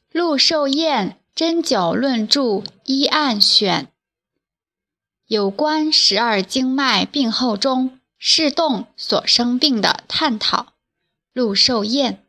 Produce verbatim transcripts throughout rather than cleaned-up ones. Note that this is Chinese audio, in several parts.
陆寿彦针灸论著一案选，有关十二经脉病候中视动所生病的探讨。陆寿彦。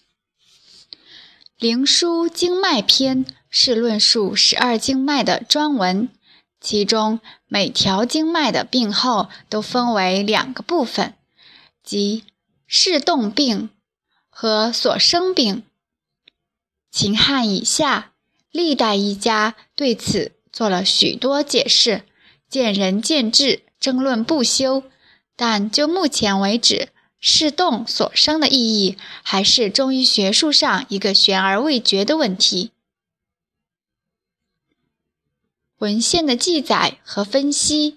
灵枢经脉篇是论述十二经脉的专文，其中每条经脉的病候都分为两个部分，即视动病和所生病。秦汉以下，历代医家对此做了许多解释，见仁见智，争论不休。但就目前为止，视动所生的意义还是中医学术上一个悬而未决的问题。文献的记载和分析。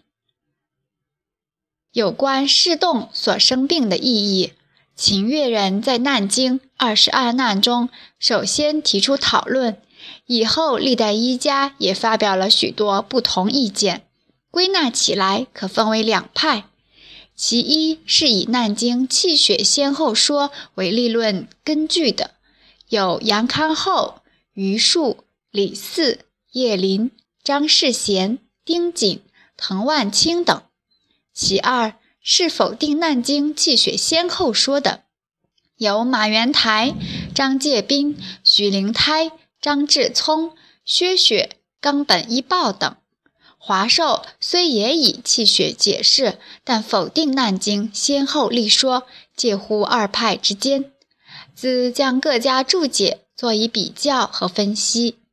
有关视动所生病的意义，秦越人在《难经》二十二难中首先提出讨论，以后历代医家也发表了许多不同意见，归纳起来可分为两派。其一是以《难经》气血先后说为立论根据的，有杨康厚、余树、李嗣、叶林、张世贤、丁瑾、滕万清等。其二是否定《难经》气血先后说的，有马元台、张介宾、许灵胎、张志聪、薛雪、冈本一报等。华寿虽也以气血解释，但否定《难经》先后立说，介乎二派之间，兹将各家注解作以比较和分析。《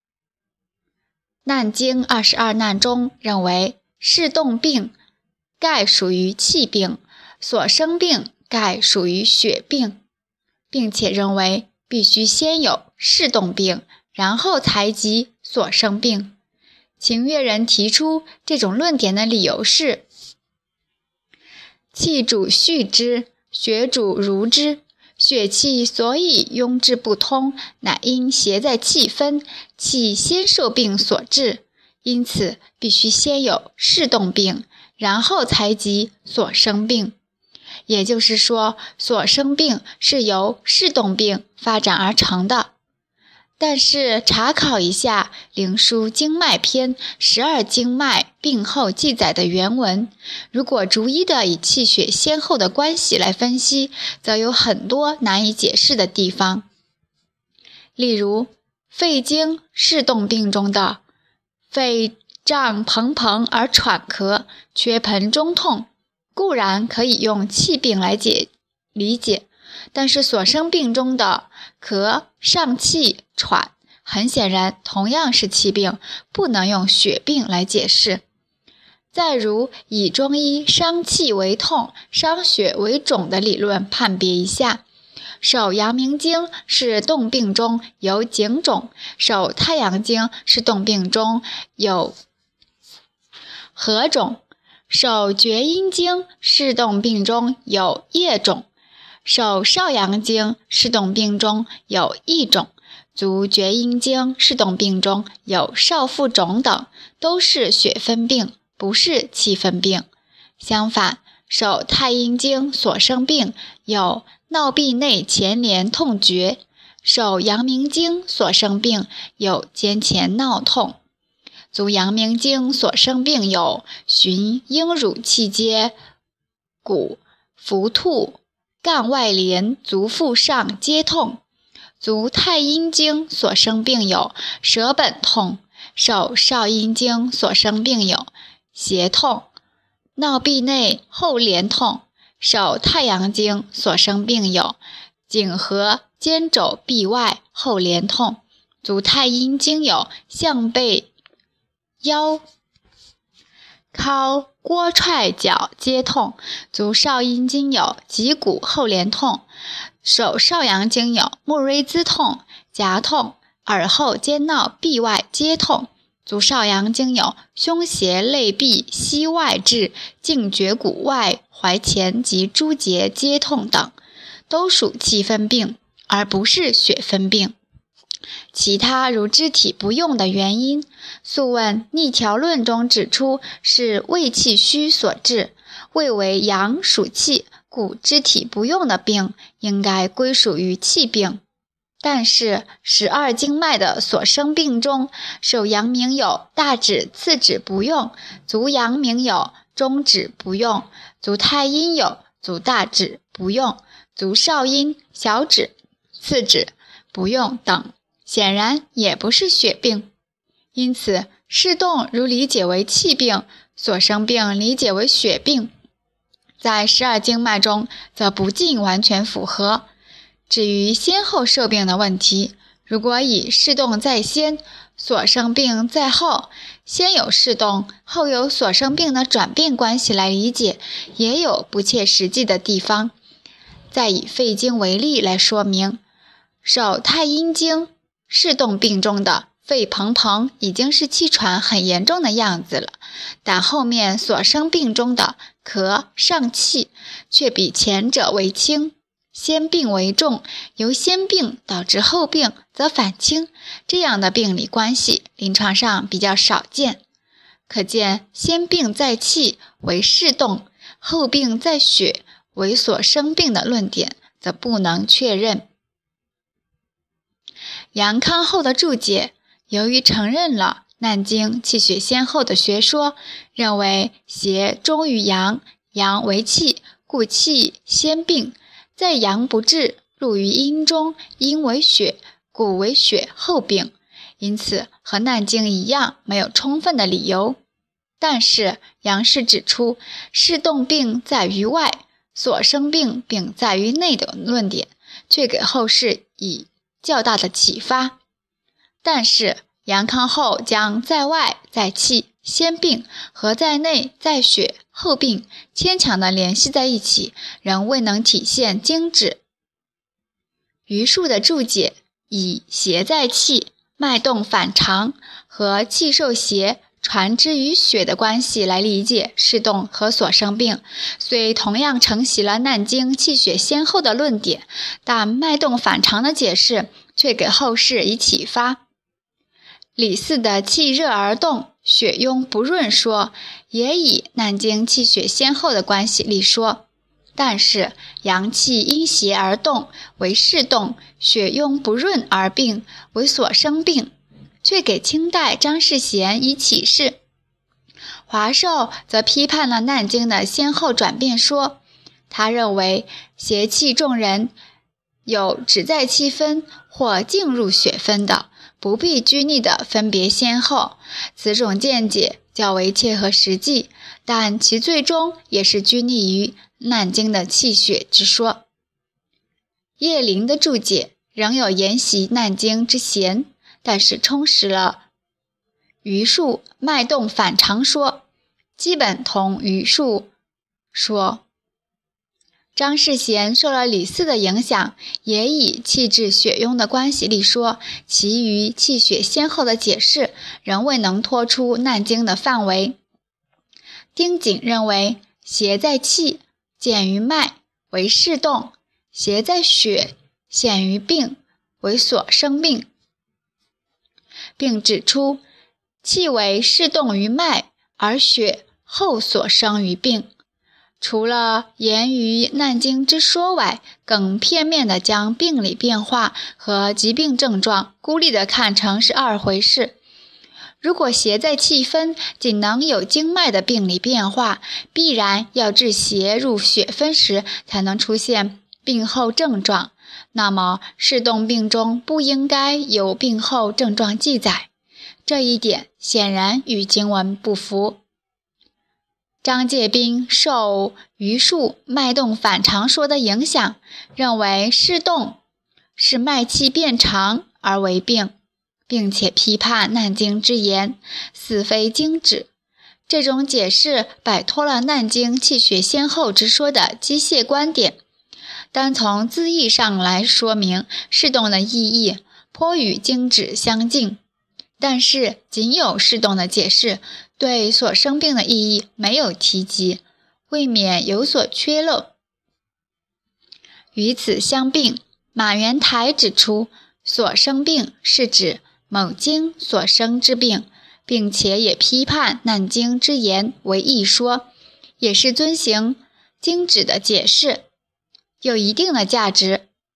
难经》二十二难中认为，视动病盖属于气病，所生病盖属于血病，并且认为必须先有视动病，然后才及所生病。秦越人提出这种论点的理由是：气主蓄之，血主濡之，血气所以壅滞不通，乃因邪在气分，气先受病所致，因此必须先有视动病，然后才及所生病。也就是说，所生病是由视动病发展而成的。但是查考一下《灵枢经脉篇》十二经脉病候记载的原文，如果逐一的以气血先后的关系来分析，则有很多难以解释的地方。例如肺经视动病中的肺胀膨膨而喘咳，缺盆中痛，固然可以用气病来解理解，但是所生病中的咳、上气、喘，很显然同样是气病，不能用血病来解释。再如以中医伤气为痛，伤血为肿的理论判别一下，手阳明经是动病中有颈肿，手太阳经是动病中有合肿，手厥阴经是动病中有液肿，手少阳经是动病中有溢肿，足厥阴经是动病中有少腹肿等，都是血分病，不是气分病。相反，手太阴经所生病有闹闭内前连痛厥，手阳明经所生病有肩前闹痛，足阳明经所生病有循阴乳气阶骨、伏兔、干外连、足腹上皆痛。足太阴经所生病有舌本痛，手少阴经所生病有胁痛、闹闭内后连痛，手太阳经所生病有颈合、肩肘臂外后连痛，足太阴经有项背、腰、尻、锅踹脚皆痛，足少阴经有脊骨后连痛，手少阳经有木锐兹痛、颊痛、耳后肩闹臂外皆痛，足少阳经有胸胁肋臂膝外至颈绝骨外踝前及诸节皆痛等，都属气分病，而不是血分病。其他如肢体不用的原因，《素问逆条论》中指出是胃气虚所致，胃为阳属气，故肢体不用的病应该归属于气病。 但是十二经脉的所生病中，手阳明有大指、次指不用，足阳明有中指不用，足太阴有足大指不用，足少阴小指、次指不用等，显然也不是血病。因此视动如理解为气病，所生病理解为血病，在十二经脉中则不尽完全符合。至于先后受病的问题，如果以视动在先，所生病在后，先有视动后有所生病的转变关系来理解，也有不切实际的地方。再以肺经为例来说明，手太阴经视动病中的肺膨膨已经是气喘很严重的样子了，但后面所生病中的咳上气却比前者为轻，先病为重，由先病导致后病则反轻，这样的病理关系临床上比较少见。可见先病在气为视动，后病在血为所生病的论点则不能确认。杨康后的注解，由于承认了难经气血先后的学说，认为邪终于阳，阳为气，故气先病，在阳不治，入于阴中，阴为血，故为血后病，因此和难经一样没有充分的理由。但是杨氏指出，视动病在于外，所生病病在于内的论点，却给后世以较大的启发。但是杨康后将在外在气先病和在内在血后病牵强地联系在一起，仍未能体现精致。余数的注解以邪在气，脉动反常和气受邪传之于血的关系来理解视动和所生病，虽同样承袭了难经气血先后的论点，但脉动反常的解释却给后世以启发。李四的气热而动，血壅不润说，也以难经气血先后的关系立说。但是阳气因邪而动为视动，血壅不润而病为所生病，却给清代张世贤以启示。华寿则批判了难经的先后转变说，他认为邪气重人有只在气分或进入血分的，不必拘泥的分别先后，此种见解较为切合实际，但其最终也是拘泥于难经的气血之说。叶灵的注解仍有沿袭难经之嫌，但是充实了余数脉动反常说，基本同余数说。张世贤受了李四的影响，也以气滞血壅的关系立说，其余气血先后的解释仍未能脱出难经的范围。丁瑾认为邪在气，见于脉，为视动；邪在血，显于病，为所生病，并指出气为视动于脉，而血后所生于病。除了言于难经之说外，更片面地将病理变化和疾病症状孤立地看成是二回事。如果邪在气分仅能有经脉的病理变化，必然要至邪入血分时才能出现病后症状，那么视动病中不应该有病后症状记载，这一点显然与经文不符。张介宾受余数脉动反常说的影响，认为视动是脉气变长而为病，并且批判难经之言似非经旨。这种解释摆脱了难经气血先后之说的机械观点，单从字义上来说明视动的意义颇与经旨相近，但是仅有视动的解释，对所生病的意义没有提及，未免有所缺漏。与此相并，马元台指出，所生病是指某经所生之病，并且也批判难经之言为异说，也是遵行经旨的解释，有一定的价值。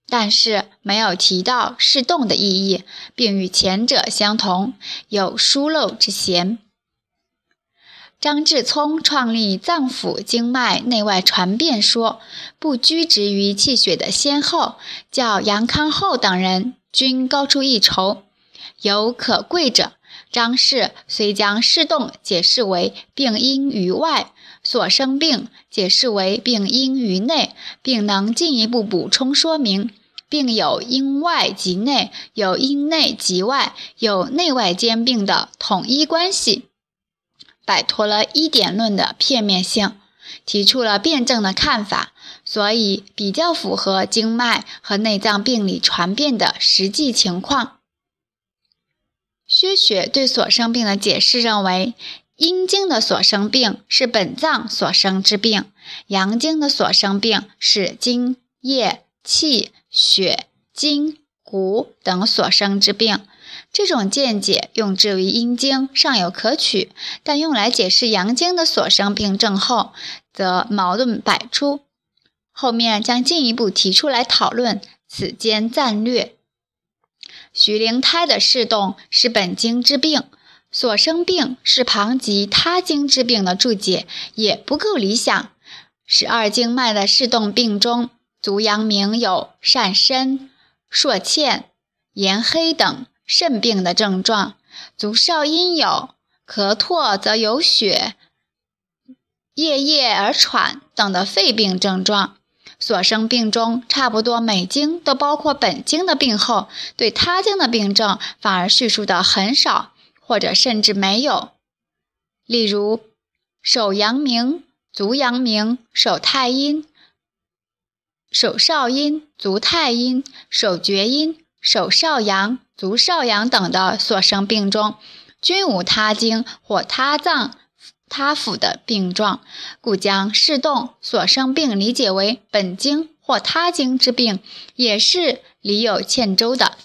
但是没有提到是动的意义，并与前者相同，有疏漏之嫌。张志聪创立脏腑经脉内外传变说，不拘执于气血的先后，较杨康后等人均高出一筹。有可贵者，张氏虽将是动解释为病因于外，所生病解释为病因于内，并能进一步补充说明，并有因外及内，有因内及外，有内外兼并的统一关系，摆脱了一点论的片面性，提出了辩证的看法，所以比较符合经脉和内脏病理传变的实际情况。薛雪对所生病的解释认为，阴经的所生病是本脏所生之病，阳经的所生病是精、液、气、血、筋、骨等所生之病。这种见解用之于阴经尚有可取，但用来解释阳经的所生病症后，则矛盾百出。后面将进一步提出来讨论，此间暂略。徐灵胎的是动是本经之病，所生病是旁及他经之病的注解也不够理想。十二经脉的是动病中，足阳明有疝身、朔欠、颜黑等肾病的症状，足少阴有咳唾则有血、夜夜而喘等的肺病症状。所生病中差不多每经都包括本经的病后，对他经的病症反而叙述的很少，或者甚至没有。例如手阳明、足阳明、手太阴、手少阴、足太阴、手厥阴、手少阳、足少阳等的所生病中，均无他经或他脏他腑的病状，故将是动所生病理解为本经或他经之病，也是理有欠周的。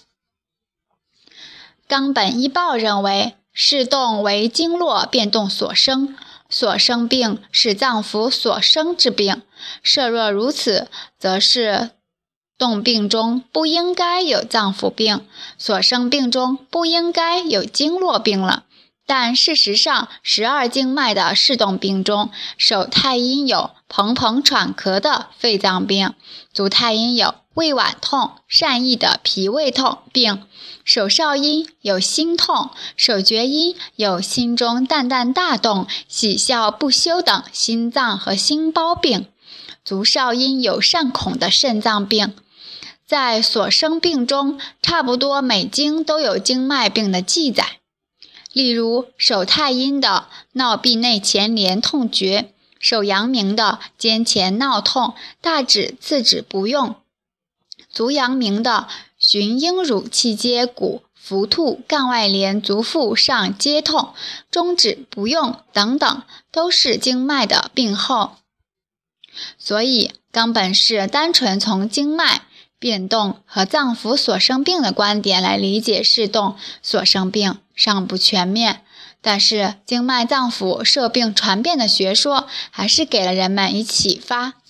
冈本一报认为，是动为经络变动所生，所生病是脏腑所生之病，设若如此，则是动病中不应该有脏腑病，所生病中不应该有经络病了。但事实上，十二经脉的是动病中，手太阴有膨膨喘咳的肺脏病，足太阴有胃脘痛、疝意的脾胃痛病，手少阴有心痛，手厥阴有心中淡淡大动、喜笑不休等心脏和心包病，足少阴有疝孔的肾脏病。在所生病中，差不多每经都有经脉病的记载。例如手太阴的闹臂内前连痛厥，手阳明的肩前闹痛，大指次指不用，足阳明的循阴乳气接骨伏兔杠外连足腹上皆痛，中指不用等等，都是经脉的病候。所以冈本是单纯从经脉变动和脏腑所生病的观点来理解是动所生病尚不全面，但是经脉脏腑受病传变的学说还是给了人们以启发。